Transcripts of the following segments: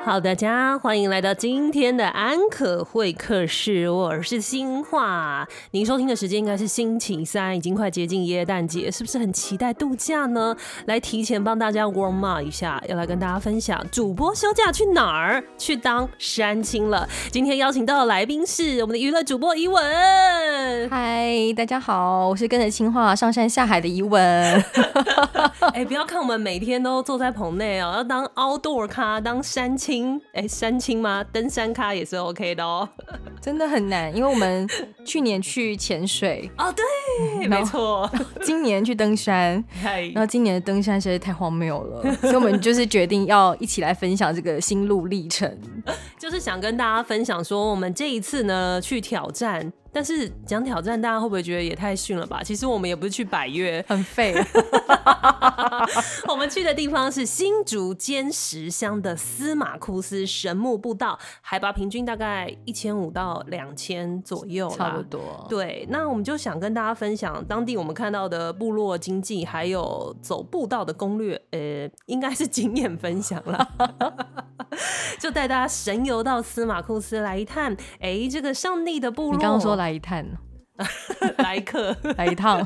好，大家欢迎来到今天的安可会客室，我是新化。您收听的时间应该是星期三，已经快接近耶诞节，是不是很期待度假呢？来提前帮大家 warm up 一下，要来跟大家分享主播休假去哪儿？去当山青了。今天邀请到的来宾是我们的娱乐主播怡文。 嗨，大家好，我是跟着青化上山下海的怡文。 不要看我们每天都坐在棚内哦，要当 outdoor 咖，当山青。山青吗？登山咖也是 OK 的哦。 真的很难，因为我们去年去潜水哦，对，没错。 今年去登山，然后今年的登山实在太荒谬了，所以我们就是决定要一起来分享这个心路历程， 就是想跟大家分享说，我们这一次呢去挑战。但是讲挑战，大家会不会觉得也太逊了吧？其实我们也不是去百岳， 很废。 我们去的地方是新竹尖石乡的司马库斯神木步道，海拔平均大概1500到2000左右啦， 差不多。 对，那我们就想跟大家分享当地我们看到的部落经济，还有走步道的攻略，应该是经验分享啦。就带大家神游到司马库斯来一探，这个上帝的部落。 你刚刚说来一探， 来一客， 来一趟。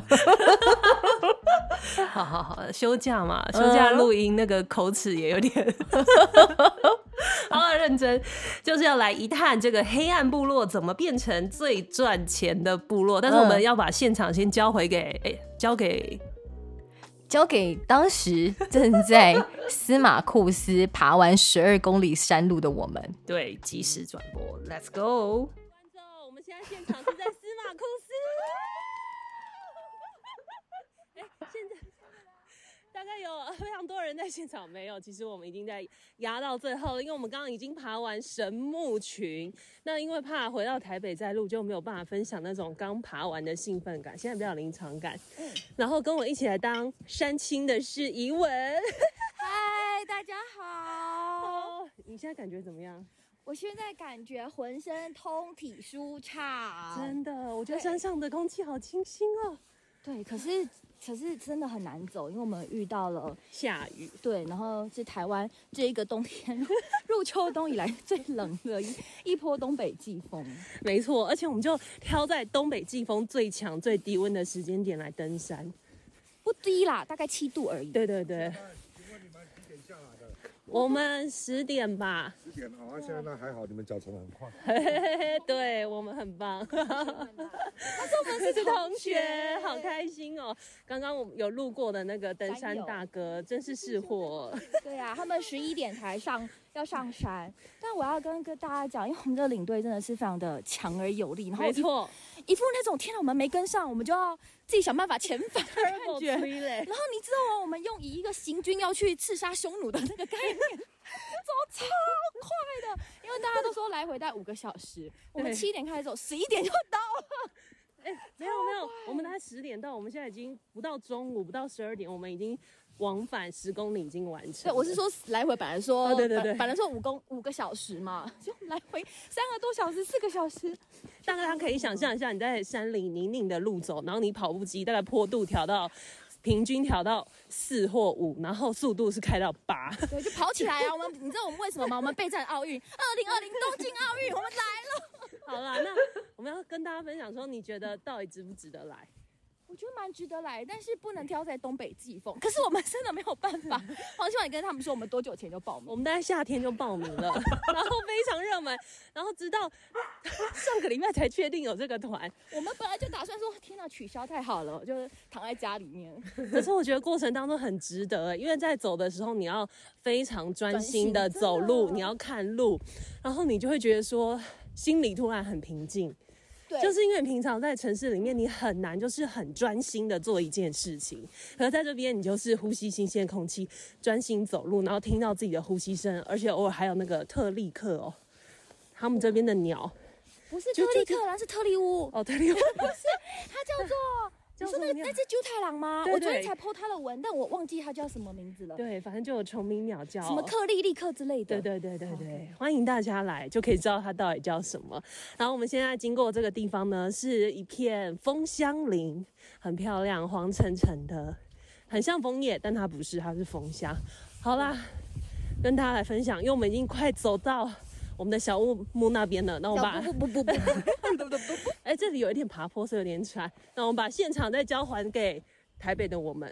好，休假嘛，休假录音那个口齿也有点。好，认真，就是要来一探这个黑暗部落怎么变成最赚钱的部落。但是我们要把现场先交给当时正在司马库斯爬完12公里山路的我们。 对，即时转播 ，Let's go！ 观众，我们现在现场是在司马库斯。现在大概有非常多人在现场，没有？其实我们已经在压到最后了，因为我们刚刚已经爬完神木群。那因为怕回到台北再录，就没有办法分享那种刚爬完的兴奋感，现在比较临场感。然后跟我一起来当山青的是怡文。 嗨，大家好。 你现在感觉怎么样？ 我现在感觉浑身通体舒畅， 真的，我觉得山上的空气好清新哦。 对，可是真的很难走，因为我们遇到了下雨。 对，然后是台湾这一个冬天入秋冬以来最冷的一波东北季风。 没错，而且我们就挑在东北季风最强、最低温的时间点来登山， 不低啦，大概7度而已。 对。请问你们几点下来的？ 我们10点吧。 10点哦，现在那还好，你们脚程很快。 对，我们很棒。他说我们是同学，好开心哦！刚刚我们有路过的那个登山大哥，真是识货。 对啊，他们11点才要上山，但我要跟大家讲，因为我们这个领队真的是非常的强而有力，然后没错， 一副那种天哪，我们没跟上，我们就要自己想办法遣返的感觉。然后你知道吗？我们以一个行军要去刺杀匈奴的那个概念，走超快的，因为大家都说来回大概5个小时，我们7点开始走，11点就到了。 没有，我们大概10点到，我们现在已经不到中午，不到12点，我们已经往返10公里已经完成。 对，我是说来回，本来说对， 本来说5个小时嘛，就来回3个多小时，4个小时。 大家可以想象一下，你在山里泥泞的路走，然后你跑步机大概坡度平均调到4或5，然后速度是开到8， 对，就跑起来啊！你知道我们为什么吗？我们备战奥运，2020东京奥运，我们来了。 好啦，那我们要跟大家分享说，你觉得到底值不值得来？ 我觉得蛮值得来，但是不能挑在东北季风。可是我们真的没有办法。黄希婉，你跟他们说，我们多久前就报名？ 我们大概夏天就报名了，然后非常热门，然后直到上个礼拜才确定有这个团。 我们本来就打算说，天哪，取消太好了，就是躺在家里面。 可是我觉得过程当中很值得，因为在走的时候你要非常专心的走路，你要看路，然后你就会觉得说心里突然很平静。就是因为平常在城市里面，你很难就是很专心的做一件事情，可是在这边你就是呼吸新鲜空气，专心走路，然后听到自己的呼吸声，而且偶尔还有那个特利克哦，他们这边的鸟不是特利克啦，是特利乌哦，特利乌不是，它叫做。你说那只鸠太郎吗？ 对对， 我昨天才 po 它的文，但我忘记它叫什么名字了。 对，反正就有虫鸣鸟叫， 什么克利利克之类的。 对，欢迎大家来，就可以知道它到底叫什么。然后我们现在经过这个地方呢，是一片枫香林，很漂亮，黄澄澄的，很像枫叶，但它不是，它是枫香。好啦， 跟大家来分享，因为我们已经快走到我们的小木屋那边了。那我把哎，这里有一点爬坡，所以有点喘。那我们把现场再交还给台北的我们。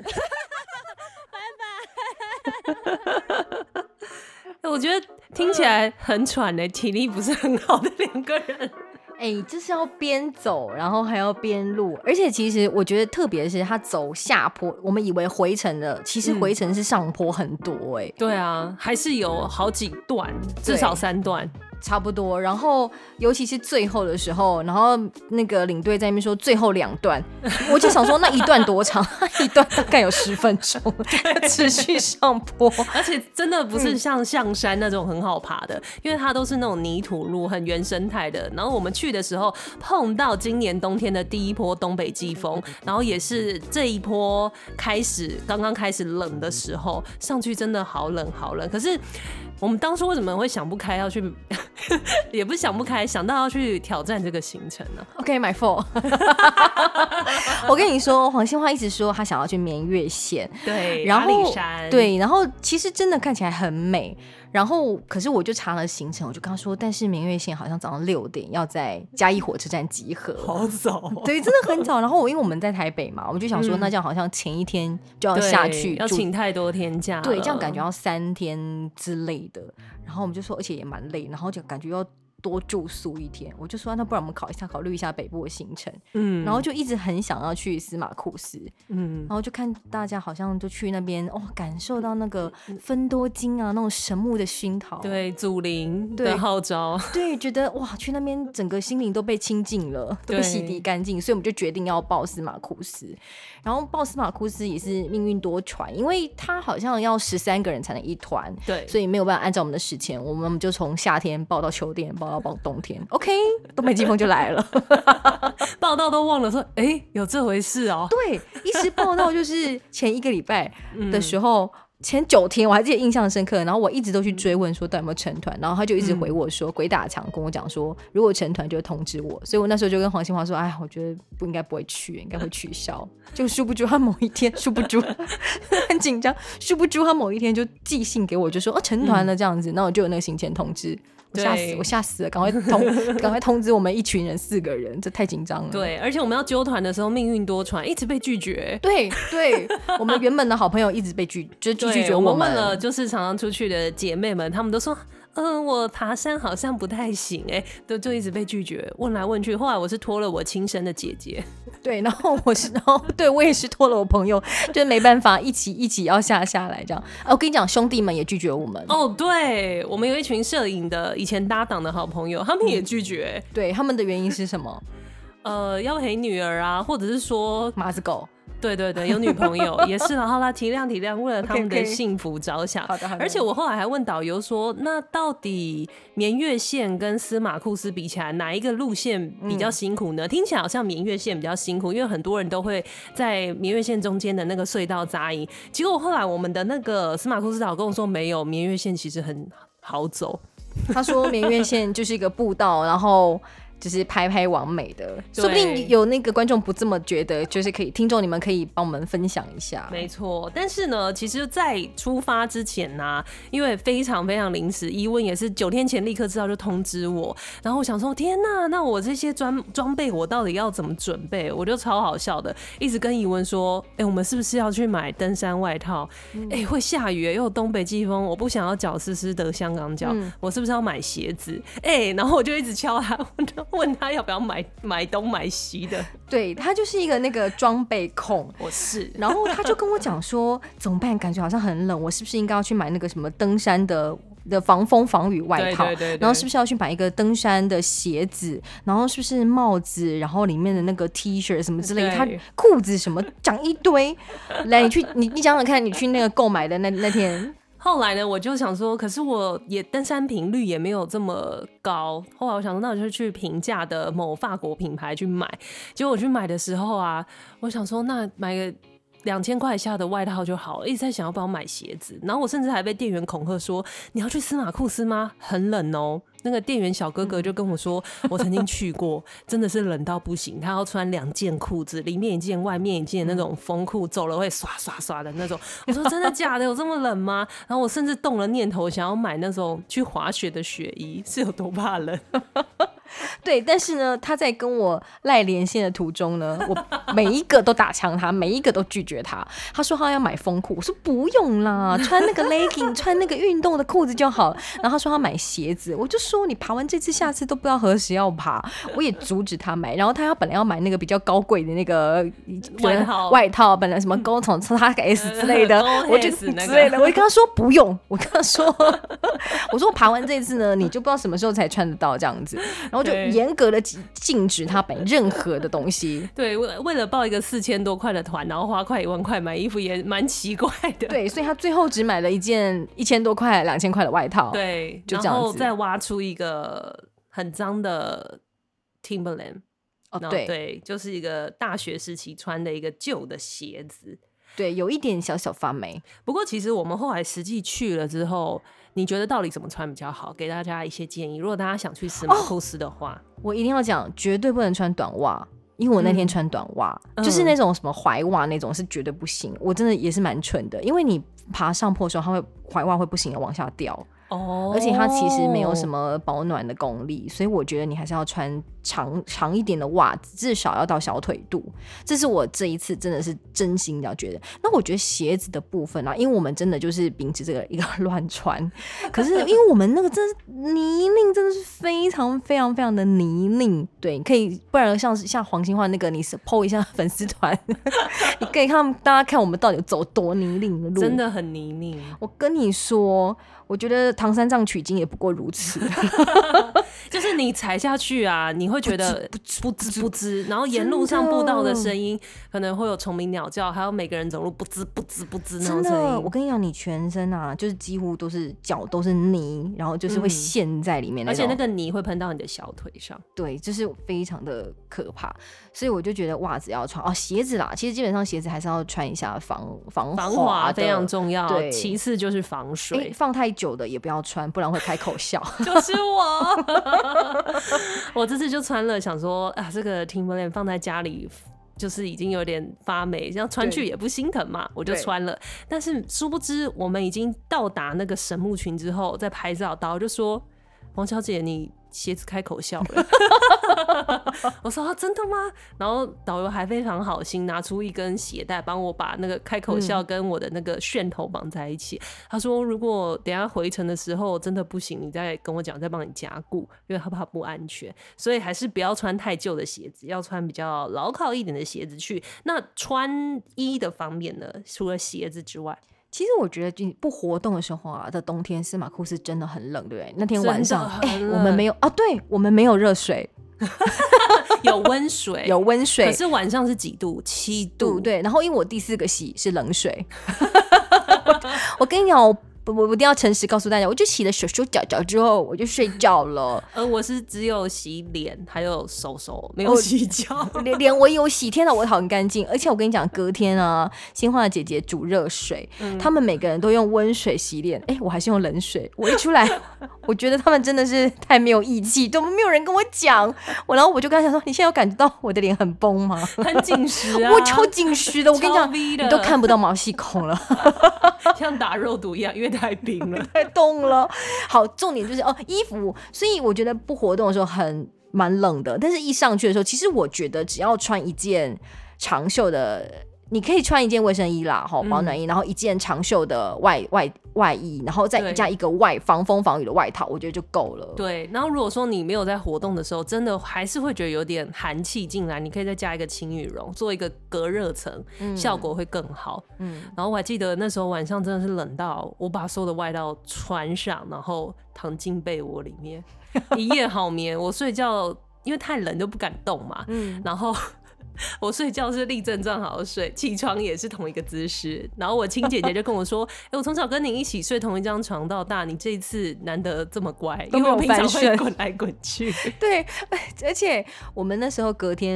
我觉得听起来很喘的，体力不是很好的2个人。 就是要边走，然后还要边录，而且其实我觉得特别的是，他走下坡，我们以为回程的，其实回程是上坡很多对啊，还是有好几段，至少3段。 差不多，然后尤其是最后的时候，然后那个领队在那边说最后2段，我就想说那一段多长？一段大概有10分钟，持续上坡， 而且真的不是像象山那种很好爬的，因为它都是那种泥土路，很原生态的。然后我们去的时候碰到今年冬天的第一波东北季风，然后也是这一波刚刚开始冷的时候，上去真的好冷好冷。可是我们当初为什么会想不开要去也不是想不开，想到要去挑战这个行程呢 ？OK, my fault 。我跟你说，黄杏花一直说她想要去绵月线， 对， 然后阿里山， 对，然后其实真的看起来很美。然后，可是我就查了行程，我就跟他说，但是绵月线好像早上6点要在嘉义火车站集合， 好早对，真的很早。然后因为我们在台北嘛，我们就想说，那这样好像前一天就要下去， 要请太多天假了， 对，这样感觉要3天之类的。然后我们就说，而且也蛮累，然后就感觉要多住宿1天，我就说那不然我们考虑一下北部的行程，然后就一直很想要去司马库斯，然后就看大家好像就去那边感受到那个芬多精啊那种神木的熏陶， 对，祖灵的号召， 对，觉得哇去那边整个心灵都被清净了，都被洗涤干净，所以我们就决定要报司马库斯。然后报司马库斯也是命运多舛，因为他好像要13个人才能一团， 对， 所以没有办法按照我们的时间，我们就从夏天报到秋天，报到冬天 ，OK， 东北季风就来了， 报道都忘了说，有这回事哦。 对，一时报道就是前1个礼拜的时候。前9天我还记得印象深刻，然后我一直都去追问说到底有没有成团，然后他就一直回我说鬼打墙跟我讲说如果成团就会通知我，所以我那时候就跟黄杏花说我觉得应该不会去，应该会取消，就殊不知他某一天很紧张，殊不知他某一天就寄信给我就说成团了这样子，那我就有那个行前通知，我吓死了，赶快通知我们一群人4个人，这太紧张了。 对，而且我们要揪团的时候命运多舛，一直被拒绝。 对，我们原本的好朋友一直被拒绝我们问了就是常常出去的姐妹们，她们都说我爬山好像不太行就一直被拒绝，问来问去，后来我是托了我亲生的姐姐， 对，然后对我也是托了我朋友，就是没办法一起要下来这样。我跟你讲，兄弟们也拒绝我们。 对，我们有一群摄影的以前搭档的好朋友，他们也拒绝。 对，他们的原因是什么？ 要陪女儿啊，或者是说马子狗。 对，有女朋友也是，然后他体谅，为了他们的幸福着想。 好的。 而且我后来还问导游说，那到底绵月线跟司马库斯比起来，哪一个路线比较辛苦呢？听起来好像绵月线比较辛苦，因为很多人都会在绵月线中间的那个隧道扎营。结果后来我们的那个司马库斯导跟我说，没有，绵月线其实很好走。 他说绵月线就是一个步道，然后就是拍完美的，说不定有那个观众不这么觉得，就是可以，听众你们可以帮我们分享一下。 没错，但是呢，其实在出发之前呢，因为非常非常临时，伊温也是9天前立刻知道就通知我，然后我想说天哪，那我这些装备我到底要怎么准备？我就超好笑的，一直跟伊温说，我们是不是要去买登山外套？会下雨，又有东北季风，我不想要脚湿湿的香港脚，我是不是要买鞋子？然后我就一直敲他，问他要不要买东买西的。 对，他就是一个那个装备控， 我是。 然后他就跟我讲说怎么办，感觉好像很冷，我是不是应该要去买那个什么登山的防风防雨外套， 对， 然后是不是要去买一个登山的鞋子，然后是不是帽子，然后里面的那个 T 恤什么之类的，他裤子什么讲一堆。来，你想想看，你去那个购买的那天。 后来呢，我就想说，可是我也登山频率也没有这么高。后来我想说，那我就去平价的某法国品牌去买。结果我去买的时候啊，我想说，那买个2000块以下的外套就好了，一直在想要不要买鞋子。然后我甚至还被店员恐吓说，你要去司马库斯吗？很冷哦。 那个店员小哥哥就跟我说，我曾经去过，真的是冷到不行，他要穿2件裤子，里面一件外面一件那种风裤，走了会刷刷刷的那种。我说真的假的？有这么冷吗？然后我甚至动了念头想要买那种去滑雪的雪衣，是有多怕冷？ 对，但是呢，他在跟我赖连线的途中呢，我每一个都打枪他，每一个都拒绝他。他说他要买风裤，我说不用啦，穿那个 legging， 穿那个运动的裤子就好了。然后他说他买鞋子，我就说你爬完这次，下次都不知道何时要爬。我也阻止他买。然后他本来要买那个比较高贵的那个外套，本来什么高筒叉 S 之类的，我就之类的，我就跟他说不用。我跟他说，我说我爬完这次呢，你就不知道什么时候才穿得到这样子。然后就严格的禁止他买任何的东西。 对，为了报一个4000多块的团，然后花快1万块买衣服也蛮奇怪的。 对，所以他最后只买了一件1000多块、2000块的外套。 对， 就这样子， 然后再挖出一个很脏的 Timberland。对，就是一个大学时期穿的一个旧的鞋子。 对，有一点小小发霉。 不过其实我们后来实际去了之后，你觉得到底怎么穿比较好？给大家一些建议。如果大家想去司马库斯的话， 我一定要讲，绝对不能穿短袜，因为我那天穿短袜，就是那种什么踝袜那种是绝对不行。我真的也是蛮蠢的，因为你爬上坡的时候，踝袜会不行的往下掉。而且它其实没有什么保暖的功力，所以我觉得你还是要穿长一点的袜子，至少要到小腿肚。这是我这一次真的是真心要觉得。那我觉得鞋子的部分啊，因为我们真的就是秉持这个一个乱穿，可是因为我们那个真的是泥泞，真的是非常非常非常的泥泞。对，可以不然像黄兴焕那个，你是 po 一下粉丝团，你可以看大家看我们到底走多泥泞的路， 真的很泥泞。 我跟你说。我觉得唐三藏取经也不过如此， 就是你踩下去啊，你会觉得不吱不吱，然后沿路上步道的声音可能会有虫鸣鸟叫，还有每个人走路不吱不吱不吱那种声音。 我跟你讲，你全身啊，就是几乎都是脚都是泥，然后就是会陷在里面那种， 而且那个泥会喷到你的小腿上， 对，就是非常的可怕。所以我就觉得袜子要穿哦，鞋子啦，其实基本上鞋子还是要穿一下防滑非常重要。 对， 其次就是防水， 放太久的也不要穿，不然会开口笑。 就是我这次就穿了，想说啊，这个 Timberland 放在家里就是已经有点发霉，这样穿去也不心疼嘛，我就穿了。但是殊不知，我们已经到达那个神木群之后，在拍照，导游就说：“王小姐，你鞋子开口笑了。”我说、真的吗？然后导游还非常好心拿出一根鞋带帮我把那个开口笑跟我的那个楦头绑在一起。他说如果等一下回程的时候真的不行，你再跟我讲，再帮你加固，因为他怕不安全，所以还是不要穿太旧的鞋子，要穿比较牢靠一点的鞋子去。那穿衣的方面呢，除了鞋子之外， 其实我觉得不活动的时候啊，的冬天司马库斯真的很冷，对不对？那天晚上，我们没有啊，对，我们没有热水， 有温水， 有温水， 可是晚上是几度？7度， 对。然后因为我第4个洗是冷水，我跟你讲，我一定要诚实告诉大家，我就洗了手手脚脚之后，我就睡觉了。 我是只有洗脸，还有手手，没有洗脚。 脸我有洗，天哪，我好很干净。而且我跟你讲，隔天啊，新化的姐姐煮热水，他们每个人都用温水洗脸，我还是用冷水。我一出来，我觉得他们真的是太没有义气，都没有人跟我讲。然后我就跟他讲说：“你现在有感觉到我的脸很崩吗？” 很紧实啊， 我超紧实的。我跟你讲，你都看不到毛细孔了， 像打肉毒一样，因为太冰了， 太冻了。好，重点就是衣服，所以我觉得不活动的时候蛮冷的，但是一上去的时候，其实我觉得只要穿一件长袖的，你可以穿一件卫生衣啦，保暖衣，然后一件长袖的外衣，然后再加一个防风防雨的外套，我觉得就够了。对， 然后如果说你没有在活动的时候，真的还是会觉得有点寒气进来，你可以再加一个轻羽绒，做一个隔热层，效果会更好。然后我还记得那时候晚上真的是冷到我把所有的外套穿上，然后躺进被窝里面，一夜好眠。我睡觉因为太冷就不敢动嘛，然后我睡觉是立正站好睡，起床也是同一个姿势。然后我亲姐姐就跟我说：“我从小跟你一起睡同一张床到大，你这一次难得这么乖，因为我平常会滚来滚去。”对， 而且我们那时候隔天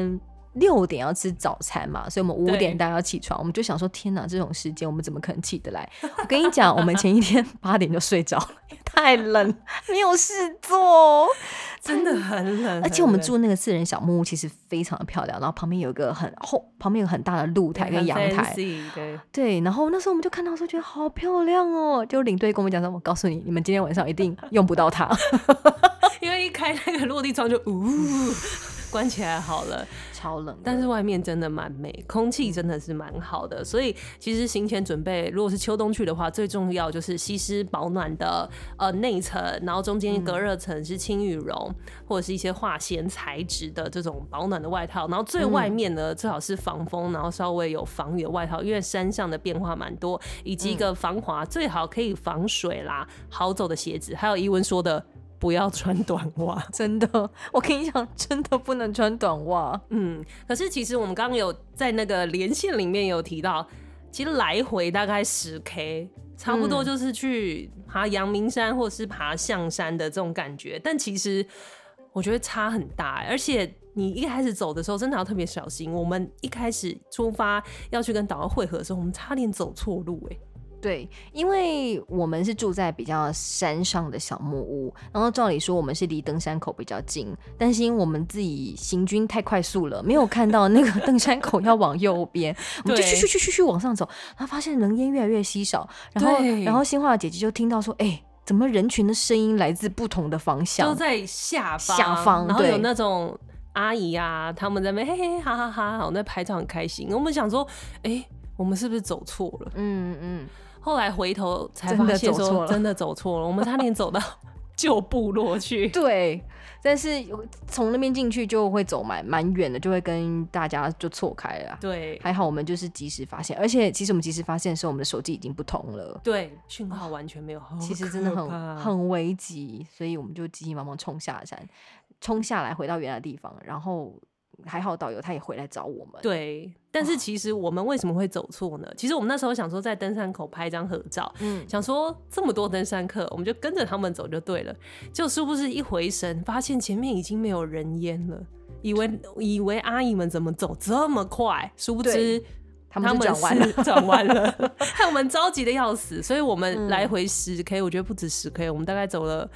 6点要吃早餐嘛，所以我们5点大家要起床，我们就想说天哪，这种时间我们怎么可能起得来？我跟你讲，我们前一天8点就睡着了，太冷，没有事做， 真的很冷。 而且我们住那个4人小木屋其实非常的漂亮，然后旁边有一个旁边有很大的露台跟阳台，对，然后那时候我们就看到说觉得好漂亮哦，就领队跟我们讲说，我告诉你，你们今天晚上一定用不到它， 因为一开那个落地窗就关起来好了， 超冷， 但是外面真的蛮美，空气真的是蛮好的，所以其实行前准备，如果是秋冬去的话，最重要就是吸湿保暖的内层，然后中间隔热层是轻羽绒或者是一些化纤材质的这种保暖的外套，然后最外面呢最好是防风，然后稍微有防雨的外套，因为山上的变化蛮多，以及一个防滑，最好可以防水啦，好走的鞋子，还有怡文说的。不要穿短袜， 真的，我跟你讲，真的不能穿短袜。 可是其实我们刚刚有在那个连线里面有提到，其实来回大概10K， 差不多就是去爬阳明山或是爬象山的这种感觉。但其实我觉得差很大，而且你一开始走的时候真的要特别小心。我们一开始出发要去跟导游会合的时候，我们差点走错路对，因为我们是住在比较山上的小木屋，然后照理说我们是离登山口比较近，但是因为我们自己行军太快速了，没有看到那个登山口要往右边，我们就去往上走，然后发现人烟越来越稀少，然后新化的姐姐就听到说，怎么人群的声音来自不同的方向， 都在下方，然后有那种阿姨啊，他们在那边嘿嘿哈哈哈，我们在拍照很开心。我们想说，我们是不是走错了？后来回头才发现说真的走错了，我们差点走到旧部落去。 对，但是从那边进去就会走蛮远的，就会跟大家就错开了。 对， 还好我们就是及时发现，而且其实我们及时发现的时候，我们的手机已经不通了。 对，讯号完全没有， 其实真的很危急，所以我们就急急忙忙冲下山，冲下来回到原来的地方，然后。还好导游他也回来找我们。 对，但是其实我们为什么会走错呢？其实我们那时候想说在登山口拍一张合照，想说这么多登山客，我们就跟着他们走就对了。结果殊不知一回神，发现前面已经没有人烟了，以为阿姨们怎么走这么快，殊不知他们是转弯了，害我们着急的要死。所以我们来回10K，我觉得不止10K，我们大概走了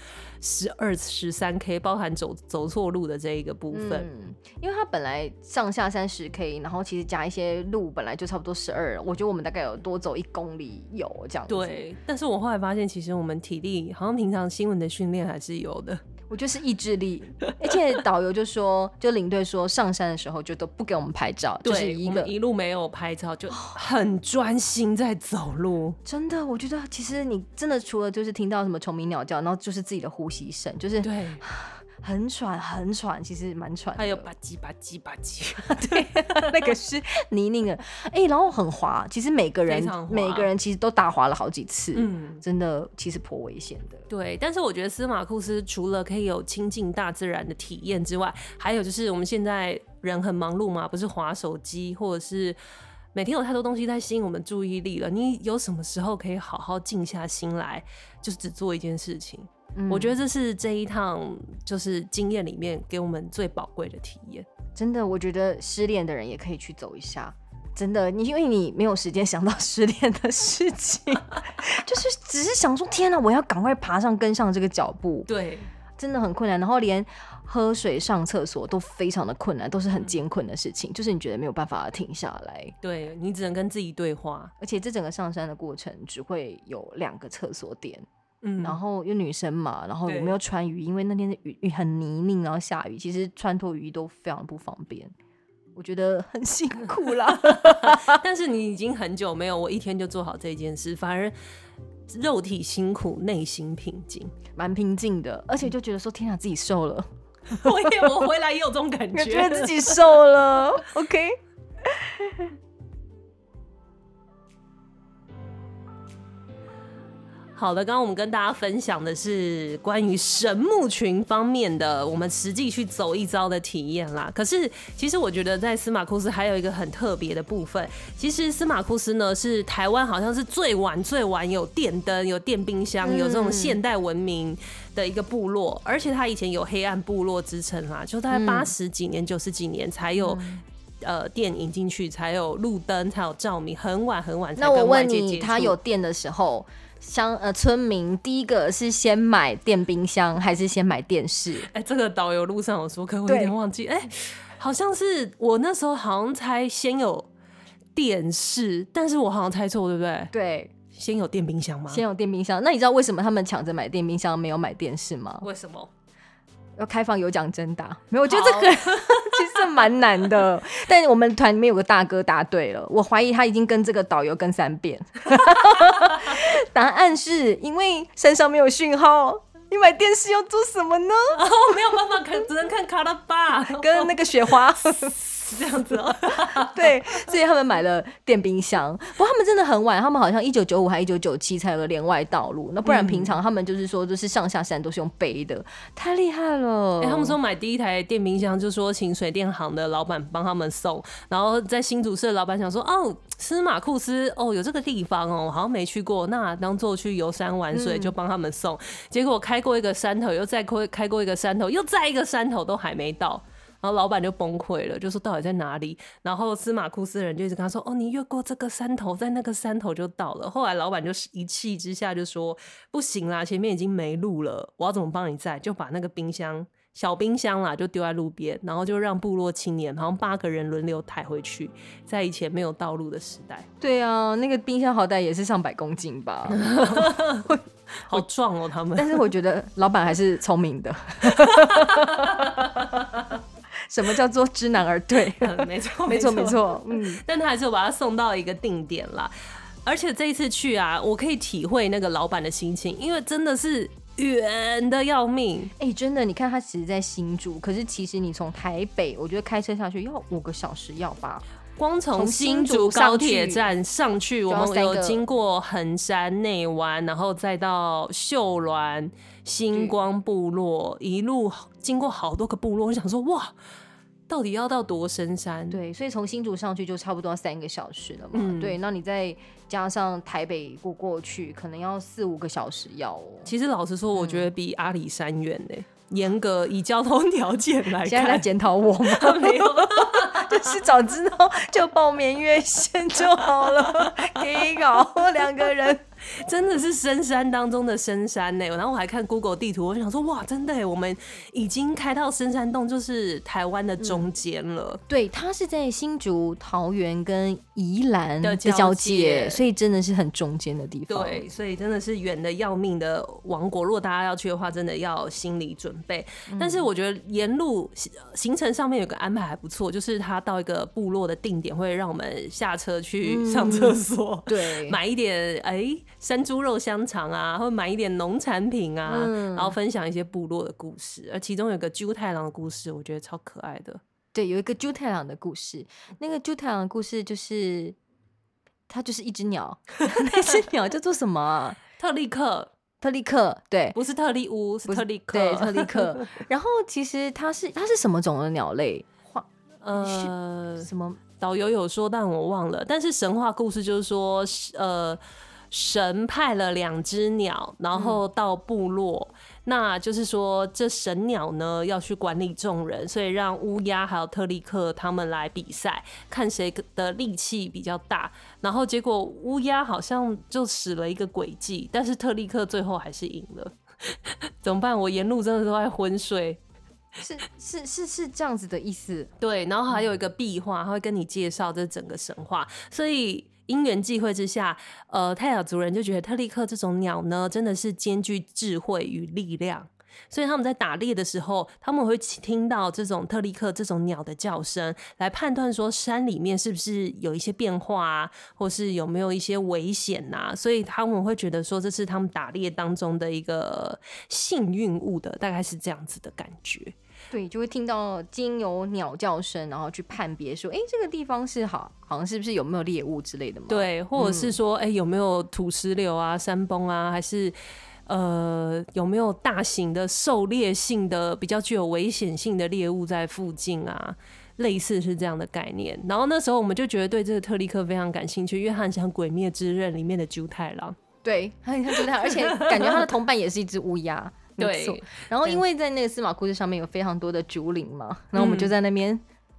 12、13K， 包含走错路的这一个部分。 因为它本来上下山10K， 然后其实加一些路本来就差不多12，我觉得我们大概有多走1公里有这样子。 对，但是我后来发现，其实我们体力好像平常新闻的训练还是有的。 我觉得是意志力，而且导游就领队说上山的时候就都不给我们拍照，就是我们一路没有拍照，就很专心在走路。 真的，我觉得其实你真的除了就是听到什么虫鸣鸟叫，然后就是自己的呼吸声，就是对。 很喘，其实蛮喘的。 还有吧唧吧唧吧唧， 对，那个是泥泞的，然后很滑。其实每个人其实都打滑了好几次，真的其实颇危险的。 对，但是我觉得司马库斯除了可以有亲近大自然的体验之外，还有就是我们现在人很忙碌嘛，不是滑手机或者是。每天有太多东西在吸引我们注意力了，你有什么时候可以好好静下心来，就是只做一件事情？我觉得这是这一趟就是经验里面给我们最宝贵的体验。 真的，我觉得失恋的人也可以去走一下。真的，因为你没有时间想到失恋的事情，就是只是想说，天哪，我要赶快爬上跟上这个脚步。 对， 真的很困难，然后连喝水、上厕所都非常的困难，都是很艰困的事情。就是你觉得没有办法停下来， 对，你只能跟自己对话， 而且这整个上山的过程只会有2个厕所点。然后又女生嘛，然后我们又穿雨衣，因为那天的雨很泥泞，然后下雨，其实穿脱雨衣都非常不方便，我觉得很辛苦啦。 但是你已经很久没有我一天就做好这件事，反而肉体辛苦，内心平静， 蛮平静的，而且就觉得说天啊，自己瘦了。 我回来也有这种感觉， 觉得自己瘦了。OK。 好的，刚刚我们跟大家分享的是关于神木群方面的，我们实际去走一遭的体验啦。可是，其实我觉得在司马库斯还有一个很特别的部分。其实司马库斯呢是台湾好像是最晚有电灯、有电冰箱、有这种现代文明的一个部落，而且他以前有黑暗部落之称啦，就大概80几年、90几年才有电引进去，才有路灯，才有照明，很晚很晚才那我跟外问你， 界接触。 他有电的时候，村民第一个是先买电冰箱还是先买电视？ 这个导游路上有说，可我有点忘记，好像是我那时候好像猜先有电视，但是我好像猜错，对不对？ 对， 先有电冰箱吗？ 先有电冰箱。那你知道为什么他们抢着买电冰箱，没有买电视吗？ 为什么？ 要开放有奖征答。没有，我觉得这个其实蛮难的。但我们团里面有个大哥答对了，我怀疑他已经跟这个导游跟3遍。答案是因为山上没有讯号。你买电视要做什么呢？ 没有办法看，只能看卡拉巴跟那个雪花这样子哦。 对，所以他们买了电冰箱。不过他们真的很晚，他们好像1995还1997才有个连外道路，那不然平常他们就是说就是上下山都是用背的，太厉害了。 他们说买第一台电冰箱就说请水电行的老板帮他们送，然后在新竹市的老板想说司马库斯有这个地方好像没去过，那当做去游山玩水就帮他们送。结果开过一个山头，又再开过一个山头，又再一个山头都还没到。然后老板就崩溃了，就说到底在哪里？然后司马库斯的人就一直跟他说你越过这个山头，在那个山头就到了。后来老板就一气之下就说不行啦，前面已经没路了，我要怎么帮你载？就把那个冰箱小冰箱啦就丢在路边，然后就让部落青年好像8个人轮流抬回去，在以前没有道路的时代。 对啊，那个冰箱好歹也是上百公斤吧。 好壮他们。 但是我觉得老板还是聪明的。什么叫做知难而退？ 没错没错没错。 但他还是有把他送到一个定点啦。而且这一次去啊，我可以体会那个老板的心情，因为真的是远的要命。 真的，你看他其实在新竹，可是其实你从台北，我觉得开车下去要5个小时，要吧？ 光从新竹高铁站上去，我们有经过横山、内湾，然后再到秀峦、星光部落，一路经过好多个部落。我想说，哇，到底要到多深山？ 对，所以从新竹上去就差不多要3个小时了嘛。对，那你再加上台北过去，可能要4、5个小时要其实老实说，我觉得比阿里山远严格以交通条件来看， 现在在检讨我吗？ 没有， 就是早知道就报绵月线就好了，给搞2个人。 真的是深山当中的深山然后我还看 Google 地图，我想说哇，真的我们已经开到深山洞，就是台湾的中间了。 对，它是在新竹、桃园跟宜兰的交界，所以真的是很中间的地方。 对，所以真的是远的要命的王国。如果大家要去的话，真的要心理准备。但是我觉得沿路行程上面有个安排还不错，就是他到一个部落的定点，会让我们下车去上厕所， 对， 买一点山猪肉香肠啊，或买一点农产品啊，然后分享一些部落的故事。而其中有个猪太郎的故事，我觉得超可爱的。 对，有一个猪太郎的故事。那个猪太郎的故事就是它就是一只鸟，那只鸟叫做什么啊？ 特利克， 对， 不是特利乌，是特利克， 对，特利克。然后其实它是什么种的鸟类？什么？ 导游有说，但我忘了。但是神话故事就是说，神派了2只鸟，然后到部落，那就是说这神鸟呢要去管理众人，所以让乌鸦还有特利克他们来比赛，看谁的力气比较大。然后结果乌鸦好像就使了一个诡计，但是特利克最后还是赢了。怎么办？我沿路真的都在昏睡。 是这样子的意思。 对，然后还有一个壁画，他会跟你介绍这整个神话，所以因缘际会之下，泰雅族人就觉得特利克这种鸟呢，真的是兼具智慧与力量。所以他们在打猎的时候，他们会听到这种特利克这种鸟的叫声，来判断说山里面是不是有一些变化啊，或是有没有一些危险啊。所以他们会觉得说这是他们打猎当中的一个幸运物的，大概是这样子的感觉。 对，就会听到经由鸟叫声，然后去判别说，这个地方是好像是不是有没有猎物之类的嘛？ 对，或者是说，有没有土石流啊、山崩啊，还是有没有大型的狩猎性的、比较具有危险性的猎物在附近啊？类似是这样的概念。然后那时候我们就觉得对这个特利克非常感兴趣，因为他很像《鬼灭之刃》里面的猪太郎。 对，他很像猪太郎，而且感觉他的同伴也是一只乌鸦。对，然后因为在那个司马库斯上面有非常多的竹林嘛，然后我们就在那边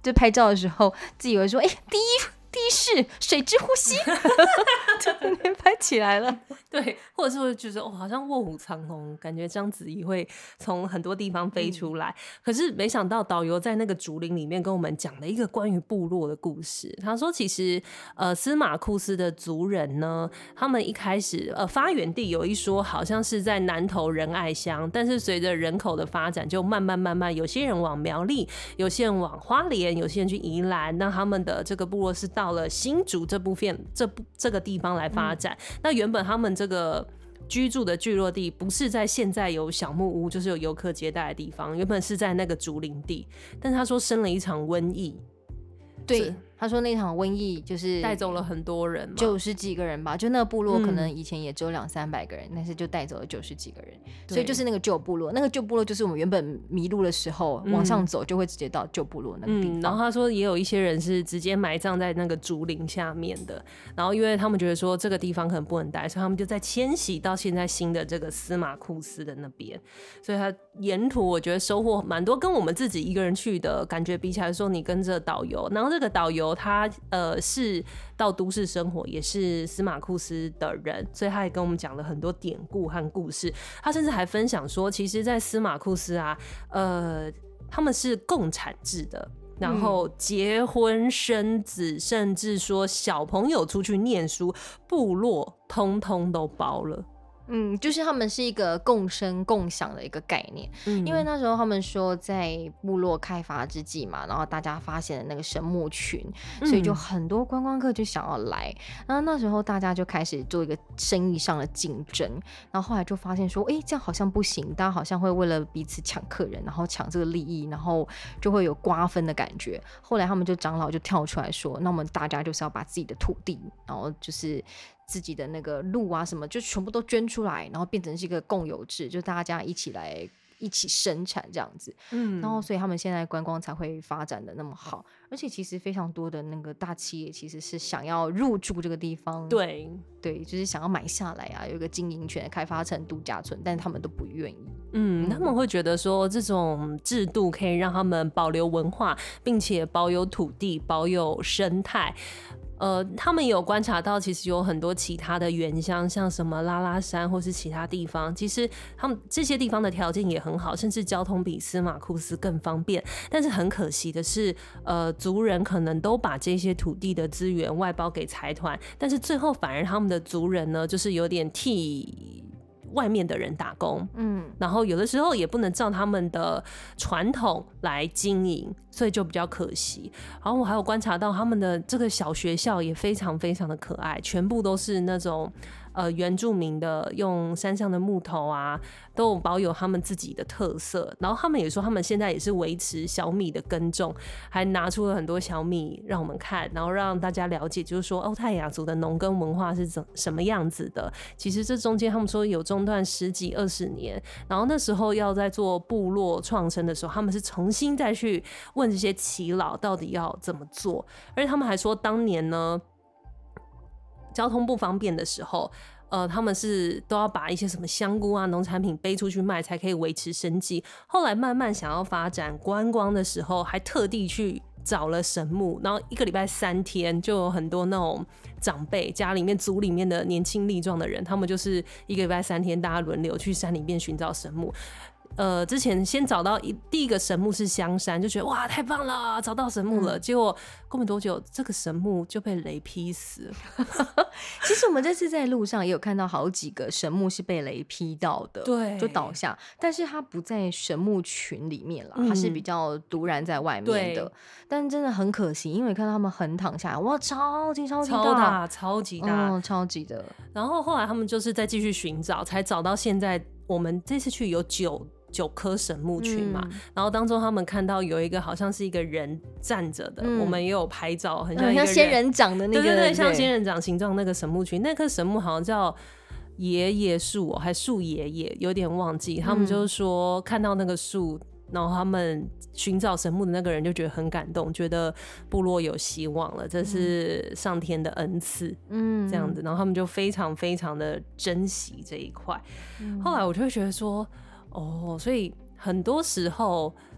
就拍照的时候，自己以为说，第一式水之呼吸，就在那边拍起来了。 对，或者是会觉得好像卧虎藏龙，感觉章子怡会从很多地方飞出来。可是没想到导游在那个竹林里面跟我们讲了一个关于部落的故事。他说，其实司马库斯的族人呢，他们一开始发源地有一说好像是在南投仁爱乡，但是随着人口的发展，就慢慢，有些人往苗栗，有些人往花莲，有些人去宜兰，那他们的这个部落是到了新竹这个地方来发展。那原本他们这个居住的聚落地不是在现在有小木屋，就是有游客接待的地方，原本是在那个竹林地。但是他说生了一场瘟疫， 对，他说那场瘟疫就是带走了很多人嘛 ，90几个人吧，就那个部落可能以前也只有200-300个人，但是就带走了90几个人，所以就是那个旧部落，那个旧部落就是我们原本迷路的时候，往上走就会直接到旧部落那个地方。 然后他说也有一些人是直接埋葬在那个竹林下面的，然后因为他们觉得说这个地方可能不能待，所以他们就在迁徙到现在新的这个司马库斯的那边，所以他沿途我觉得收获蛮多，跟我们自己一个人去的感觉比起来说，你跟着导游，然后这个导游他是到都市生活，也是司马库斯的人，所以他也跟我们讲了很多典故和故事。他甚至还分享说，其实在司马库斯啊，他们是共产制的，然后结婚生子，甚至说小朋友出去念书，部落通通都包了。 就是他们是一个共生共享的一个概念，因为那时候他们说在部落开发之际嘛，然后大家发现了那个神木群，所以就很多观光客就想要来，然后那时候大家就开始做一个生意上的竞争，然后后来就发现说，这样好像不行，大家好像会为了彼此抢客人，然后抢这个利益，然后就会有瓜分的感觉。后来他们就长老就跳出来说，那我们大家就是要把自己的土地，然后就是自己的那个路啊什么就全部都捐出来，然后变成是一个共有制，就大家一起生产这样子，然后所以他们现在观光才会发展的那么好，而且其实非常多的那个大企业其实是想要入驻这个地方，对，就是想要买下来啊，有一个经营权开发成度假村，但是他们都不愿意。 他们会觉得说这种制度可以让他们保留文化，并且保有土地，保有生态。他们也有观察到，其实有很多其他的原乡，像什么拉拉山或是其他地方，其实他们这些地方的条件也很好，甚至交通比司马库斯更方便。但是很可惜的是，族人可能都把这些土地的资源外包给财团，但是最后反而他们的族人呢，就是有点替外面的人打工，然后有的时候也不能照他们的传统来经营，所以就比较可惜。然后我还有观察到他们的这个小学校也非常非常的可爱，全部都是那种原住民的，用山上的木头啊，都有保有他们自己的特色。然后他们也说，他们现在也是维持小米的耕种，还拿出了很多小米让我们看，然后让大家了解，就是说泰雅族的农耕文化是什么样子的。其实这中间他们说有中断10几20年，然后那时候要在做部落创生的时候，他们是重新再去问这些耆老到底要怎么做，而且他们还说当年呢，交通不方便的时候，他们是都要把一些什么香菇啊、农产品背出去卖，才可以维持生计。后来慢慢想要发展观光的时候，还特地去找了神木，然后1个礼拜3天，就有很多那种长辈家里面族里面的年轻力壮的人，他们就是1个礼拜3天，大家轮流去山里面寻找神木。之前先找到第一个神木是香山，就觉得哇太棒了，找到神木了。结果过没多久，这个神木就被雷劈死了。 其实我们这次在路上也有看到好几个神木是被雷劈到的， 对， 就倒下，但是它不在神木群里面啦，它是比较独然在外面的。但真的很可惜，因为看到他们横躺下来，哇，超级大， 超级大， 超级的。 然后后来他们就是再继续寻找，才找到现在我们这次去有9棵神木群嘛，然后当中他们看到有一个好像是一个人站着的，我们也有拍照，很像一个人， 像仙人掌的那个， 对，像仙人掌形状那个神木群，那棵神木好像叫爷爷树还树爷爷，有点忘记。他们就是说看到那个树，然后他们寻找神木的那个人就觉得很感动，觉得部落有希望了，这是上天的恩赐，这样子，然后他们就非常非常的珍惜这一块。后来我就会觉得说，所以很多时候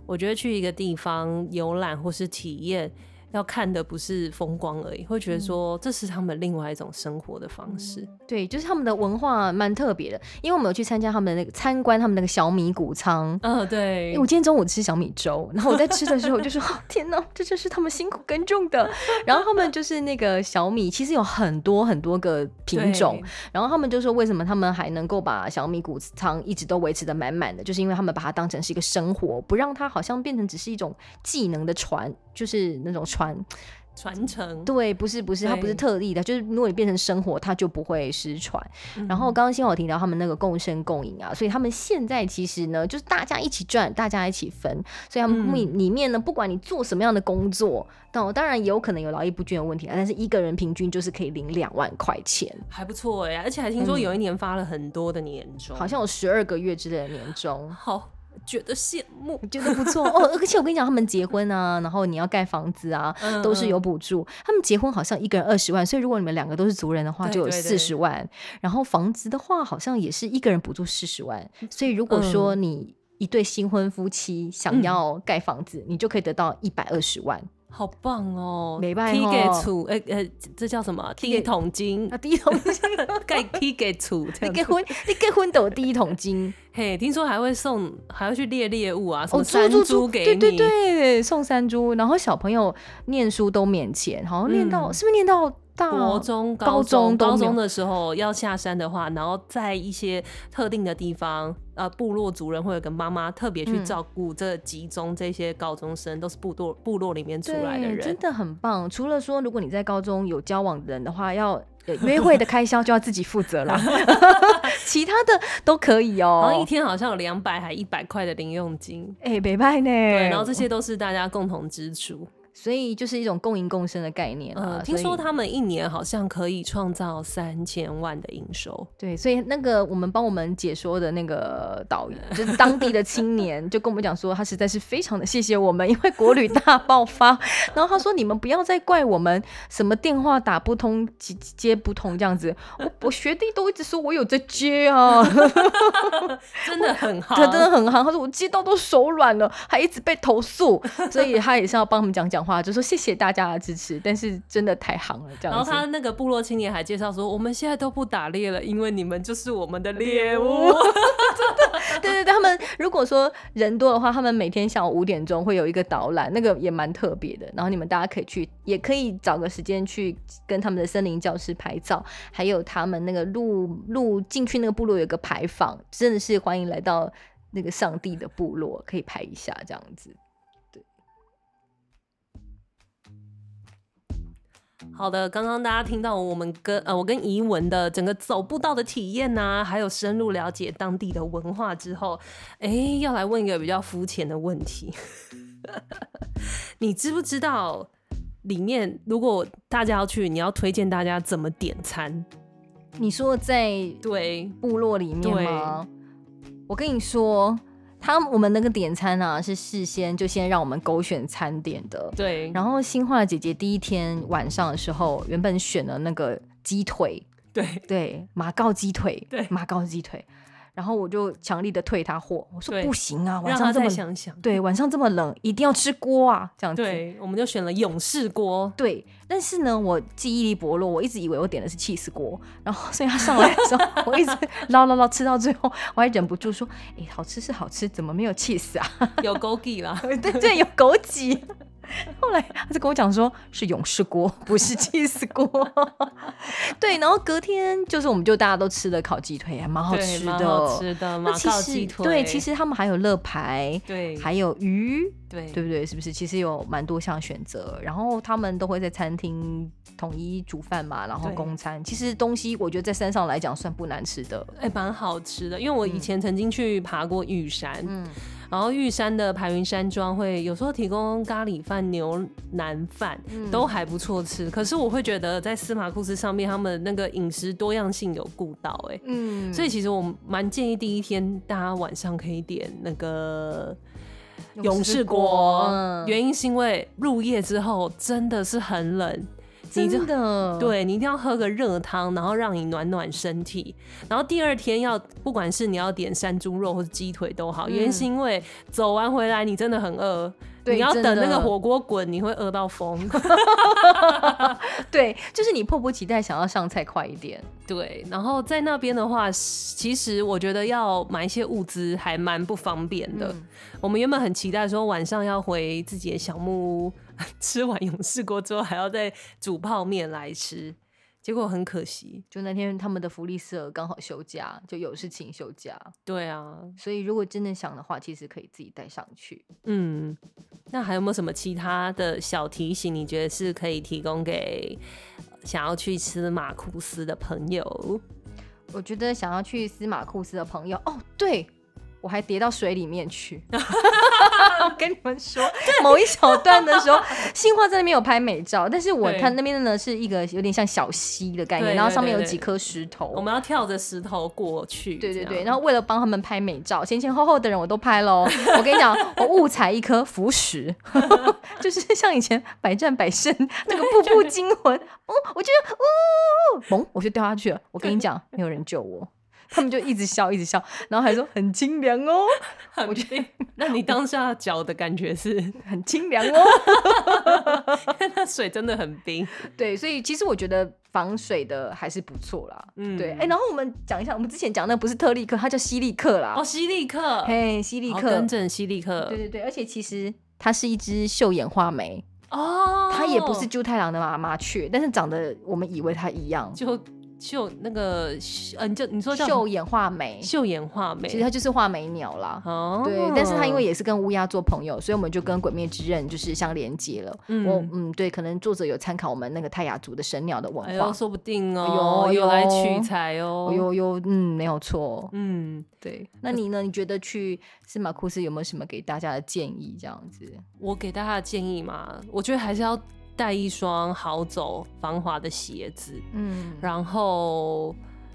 我觉得去一个地方游览或是体验，要看的不是风光而已，会觉得说这是他们另外一种生活的方式。 对，就是他们的文化蛮特别的，因为我们有去参加他们的那个参观他们那个小米谷仓。 对， 我今天中午吃小米粥，然后我在吃的时候我就说天哪，这就是他们辛苦耕种的。然后他们就是那个小米其实有很多很多个品种，然后他们就说为什么他们还能够把小米谷仓一直都维持的满满的，就是因为他们把它当成是一个生活，不让它好像变成只是一种技能的传，就是那种传承。 对，不是它不是特例的，就是如果你变成生活它就不会失传。然后刚刚新华提到他们那个共生共赢啊，所以他们现在其实呢就是大家一起赚，大家一起分，所以他们里面呢不管你做什么样的工作，当然也有可能有劳逸不均的问题啊，但是一个人平均就是可以领2万块钱， 还不错哎，而且还听说有一年发了很多的年终， 好像有12个月之类的年终。 好，觉得羡慕， 觉得不错而且我跟你讲，他们结婚啊，然后你要盖房子啊，都是有补助。他们结婚好像一个人20万，所以如果你们2个都是族人的话，就有40万。然后房子的话，好像也是一个人补助40万。所以如果说你一对新婚夫妻想要盖房子，你就可以得到120万。 好棒哦！ 没办法， 批给厝，这叫什么？第一桶金啊，第一桶金， 盖批给厝， 你结婚都有第一桶金。 嘿，听说还会去猎物啊，什么山猪给你， 对，送山猪，然后小朋友念书都免钱，好像念到是不是念到？ 国中、高中的时候要下山的话，然后在一些特定的地方，部落族人会有个妈妈特别去照顾集中这些高中生，都是部落里面出来的人， 真的很棒。除了说，如果你在高中有交往的人的话，要约会的开销就要自己负责啦，其他的都可以哦。 然后一天好像有200还100块的零用金， 没拜呢。对， 然后这些都是大家共同支出。 所以就是一种共赢共生的概念啊。 听说他们一年好像可以创造3000万的营收。 对，所以那个我们帮我们解说的那个导演，就是当地的青年，就跟我们讲说，他实在是非常的谢谢我们，因为国旅大爆发。然后他说，你们不要再怪我们什么电话打不通、接不通这样子。我学弟都一直说我有在接啊， 真的很好， 他真的很好。他说我接到都手软了，还一直被投诉，所以他也是要帮他们讲话，就说谢谢大家的支持，但是真的太行了这样子。 然后他那个部落青年还介绍说，我们现在都不打猎了，因为你们就是我们的猎物。 真的，对，他们如果说人多的话，他们每天下午5点钟会有一个导览，那个也蛮特别的。然后你们大家可以去，也可以找个时间去跟他们的森林教师拍照，还有他们那个路进去那个部落有个牌坊，真的是欢迎来到那个上帝的部落，可以拍一下这样子。 好的，刚刚大家听到我跟怡文的整个走步道的体验啊，还有深入了解当地的文化之后，要来问一个比较肤浅的问题，你知不知道里面如果大家要去，你要推荐大家怎么点餐？ 你说在部落里面吗？我跟你说。我们那个点餐啊，是事先就先让我们勾选餐点的。 对。 然后新化的姐姐第一天晚上的时候，原本选了那个鸡腿，对，马告鸡腿，对，马告鸡腿。然后我就强力的退他货，我说不行啊，晚上这么想想， 对，晚上这么冷，一定要吃锅啊，这样子。 对，我们就选了勇士锅。 对，但是呢，我记忆力薄弱，我一直以为我点的是起司锅，然后所以他上来的时候，我一直捞吃到最后，我还忍不住说，好吃是好吃，怎么没有起司啊？ 有枸杞啦， 对，有枸杞。后来他就跟我讲说是勇士锅，不是起司锅。对，然后隔天我们就大家都吃了烤鸡腿，还蛮好吃的， 马告鸡腿。 对，其实他们还有乐排， 对， 还有鱼， 对不对？是不是？其实有蛮多项选择，然后他们都会在餐厅统一煮饭嘛，然后供餐。其实东西我觉得在山上来讲算不难吃的， 蛮好吃的。因为我以前曾经去爬过玉山，然后玉山的排云山庄会有时候提供咖喱饭、牛腩饭，都还不错吃。可是我会觉得在司马库斯上面，他们那个饮食多样性有顾到，所以其实我蛮建议第一天大家晚上可以点那个勇士锅，原因是因为入夜之后真的是很冷。 真的， 对，你一定要喝个热汤，然后让你暖暖身体。然后第二天不管是你要点山猪肉或是鸡腿都好，原因是因为走完回来你真的很饿。你要等那个火锅滚，你会饿到疯。 对，就是你迫不及待想要上菜快一点。 对，然后在那边的话，其实我觉得要买一些物资还蛮不方便的。我们原本很期待说晚上要回自己的小木屋，吃完勇士锅之后还要再煮泡面来吃。结果很可惜， 就那天他们的福利社刚好休假，就有事情休假。 对啊， 所以如果真的想的话，其实可以自己带上去。 那还有没有什么其他的小提醒？你觉得是可以提供给想要去司马库斯的朋友？ 我觉得想要去司马库斯的朋友，对。我还跌到水里面去。我跟你们说，某一小段的时候，杏花在那边有拍美照，但是我看那边呢是一个有点像小溪的概念，然后上面有几颗石头， 我们要跳着石头过去。 对，然后为了帮他们拍美照，前后后的人我都拍咯。我跟你讲，我误踩一颗浮石，就是像以前百战百胜那个步步惊魂，我就嘣，我就掉下去了。我跟你讲，没有人救我。他们就一直笑，然后还说很清凉哦。 我觉得，那你当下脚的感觉是很清凉哦， 因为那水真的很冰。 对，所以其实我觉得防水的还是不错啦。对，然后我们讲一下，我们之前讲那不是特利克，它叫犀利克啦。 犀利克， 犀利克， 更正犀利克。 对，而且其实它是一只秀眼画眉它也不是猪太郎的麻雀，但是长得我们以为它一样。 就那个你说叫秀眼画眉， 秀眼画眉， 其实它就是画眉鸟啦。对，但是它因为也是跟乌鸦做朋友，所以我们就跟鬼灭之刃就是相连接了。对，可能作者有参考我们那个泰雅族的神鸟的文化， 说不定哦，有来取材哦， 有，没有错。对，那你呢？你觉得去司马库斯有没有什么给大家的建议？这样子， 我给大家的建议嘛，我觉得还是要带一双好走防滑的鞋子，然后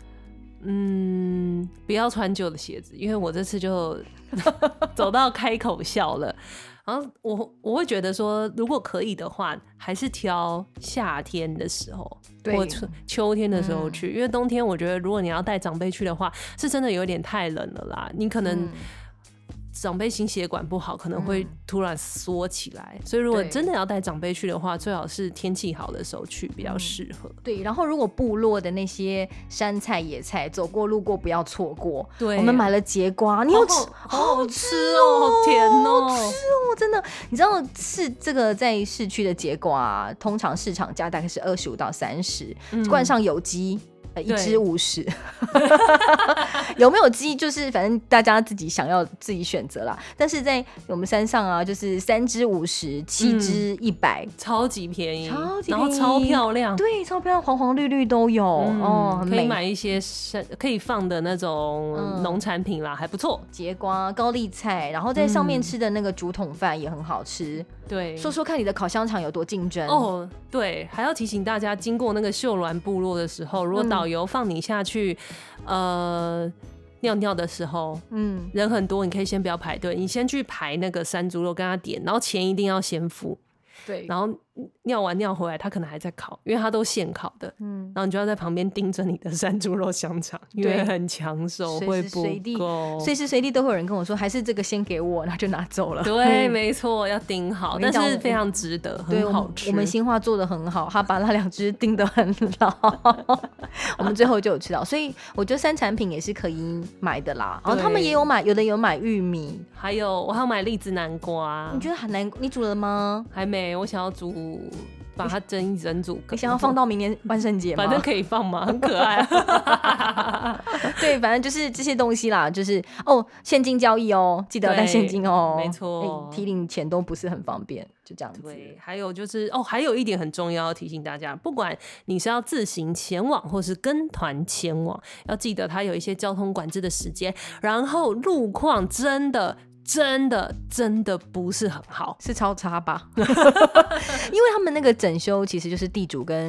不要穿旧的鞋子，因为我这次就走到开口笑了。然后我会觉得说，如果可以的话，还是挑夏天的时候或秋天的时候去，因为冬天我觉得如果你要带长辈去的话，是真的有点太冷了啦，你可能长辈心血管不好，可能会突然缩起来，所以如果真的要带长辈去的话，最好是天气好的时候去比较适合。 对，然后如果部落的那些山菜野菜走过路过不要错过。 对， 我们买了节瓜，你有吃？ 好好吃哦，好甜哦， 好吃哦，真的。你知道这个在市区的节瓜，通常市场价大概是25到30，灌上有机。一只50，有没有鸡就是反正大家自己想要自己选择啦。但是在我们山上啊，就是3只50，7只100， 超级便宜，然后超漂亮， 对，超漂亮，黄黄绿绿都有很美。 可以买一些可以放的那种农产品啦，还不错。 节瓜、高丽菜，然后在上面吃的那个竹筒饭也很好吃。 对， 说说看你的烤香肠有多竞争哦。对，还要提醒大家，经过那个秀峦部落的时候，如果导游放你下去，尿尿的时候，人很多，你可以先不要排队，你先去排那个山猪肉跟他点，然后钱一定要先付。 对， 然后尿完尿回来，他可能还在烤，因为他都现烤的。然后你就要在旁边盯着你的山猪肉香肠，因为很抢手，会不够， 随时随地都会有人跟我说，还是这个先给我，然后就拿走了。 对，没错，要盯好，但是非常值得，很好吃。 我们新化做的很好，他把那2只盯得很牢，我们最后就有吃到。所以我觉得山产品也是可以买的啦。然后他们也有买，有的有买玉米， 我还有买栗子南瓜。 你觉得你煮了吗？ 还没，我想要把它蒸一整组。 你想要放到明年万圣节吗？ 反正可以放嘛，很可爱。 对，反正就是这些东西啦，就是现金交易哦，记得要带现金哦。 没错， 提领钱都不是很方便，就这样子。 对，还有就是还有一点很重要，要提醒大家，不管你是要自行前往或是跟团前往，要记得它有一些交通管制的时间，然后路况真的不是很好， 是超差吧？因为他们那个整修其实就是地主跟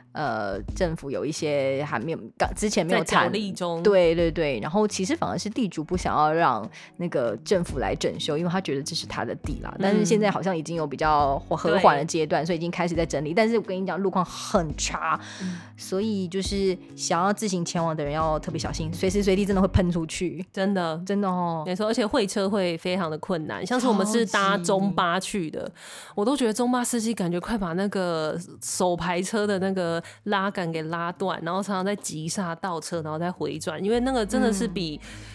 政府有一些还没有之前没有在角力中， 对对对，然后其实反而是地主不想要让那个政府来整修，因为他觉得这是他的地啦。但是现在好像已经有比较和缓的阶段，所以已经开始在整理。但是我跟你讲，路况很差，所以就是想要自行前往的人要特别小心，随时随地真的会喷出去， 真的真的哦， 没错，而且会车会非常的困难。像是我们是搭中巴去的，我都觉得中巴司机感觉快把那个手排车的那个拉杆给拉断，然后常常在急刹倒车，然后再回转，因为那个真的是比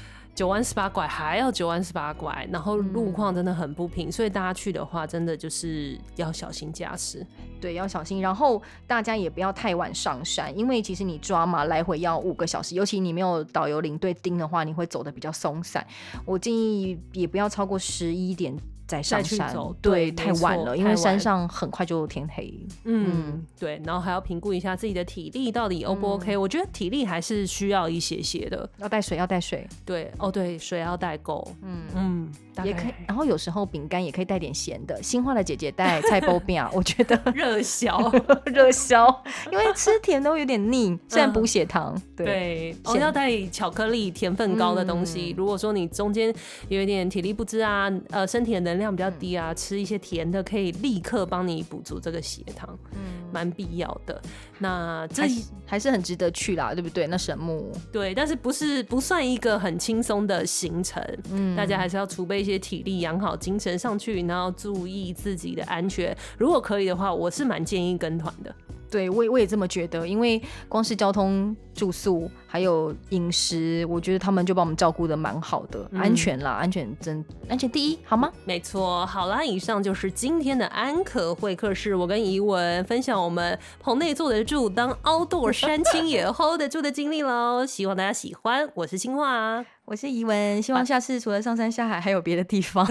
9弯18拐还要9弯18拐，然后路况真的很不平，所以大家去的话真的就是要小心驾驶。 对，要小心，然后大家也不要太晚上山，因为其实你抓马来回要5个小时，尤其你没有导游领队盯的话，你会走得比较松散。我建议也不要超过11点再上山，对，太晚了，因为山上很快就天黑。 对，然后还要评估一下自己的体力到底 O 不 OK。我觉得体力还是需要一些些的， 要带水，要带水。 对，对，水要带够。 也可以。然后有时候饼干也可以带点咸的。新化的姐姐带菜包饼，我觉得热销， 热销，因为吃甜都有点腻，虽然补血糖。 对，要带巧克力，甜分高的东西。如果说你中间有一点体力不支啊，身体的能量比较低啊，吃一些甜的可以立刻帮你补足这个血糖，蛮必要的。那这还是很值得去啦，对不对？那神木对，但是不算一个很轻松的行程，大家还是要储备一些体力，养好精神上去，然后注意自己的安全。如果可以的话，我是蛮建议跟团的。 对，我也这么觉得，因为光是交通、住宿还有饮食，我觉得他们就把我们照顾得蛮好的，安全啦，安全第一，好吗？ 没错，好啦，以上就是今天的安可会客室，我跟怡文分享我们棚内坐得住、当 outdoor 山青也 hold 得住的经历喽，希望大家喜欢。我是清华， 我是怡文，希望下次除了上山下海，还有别的地方。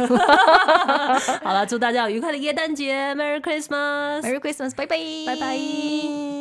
好了，祝大家有愉快的耶诞节 ，Merry Christmas， Merry Christmas， 拜拜， 拜拜。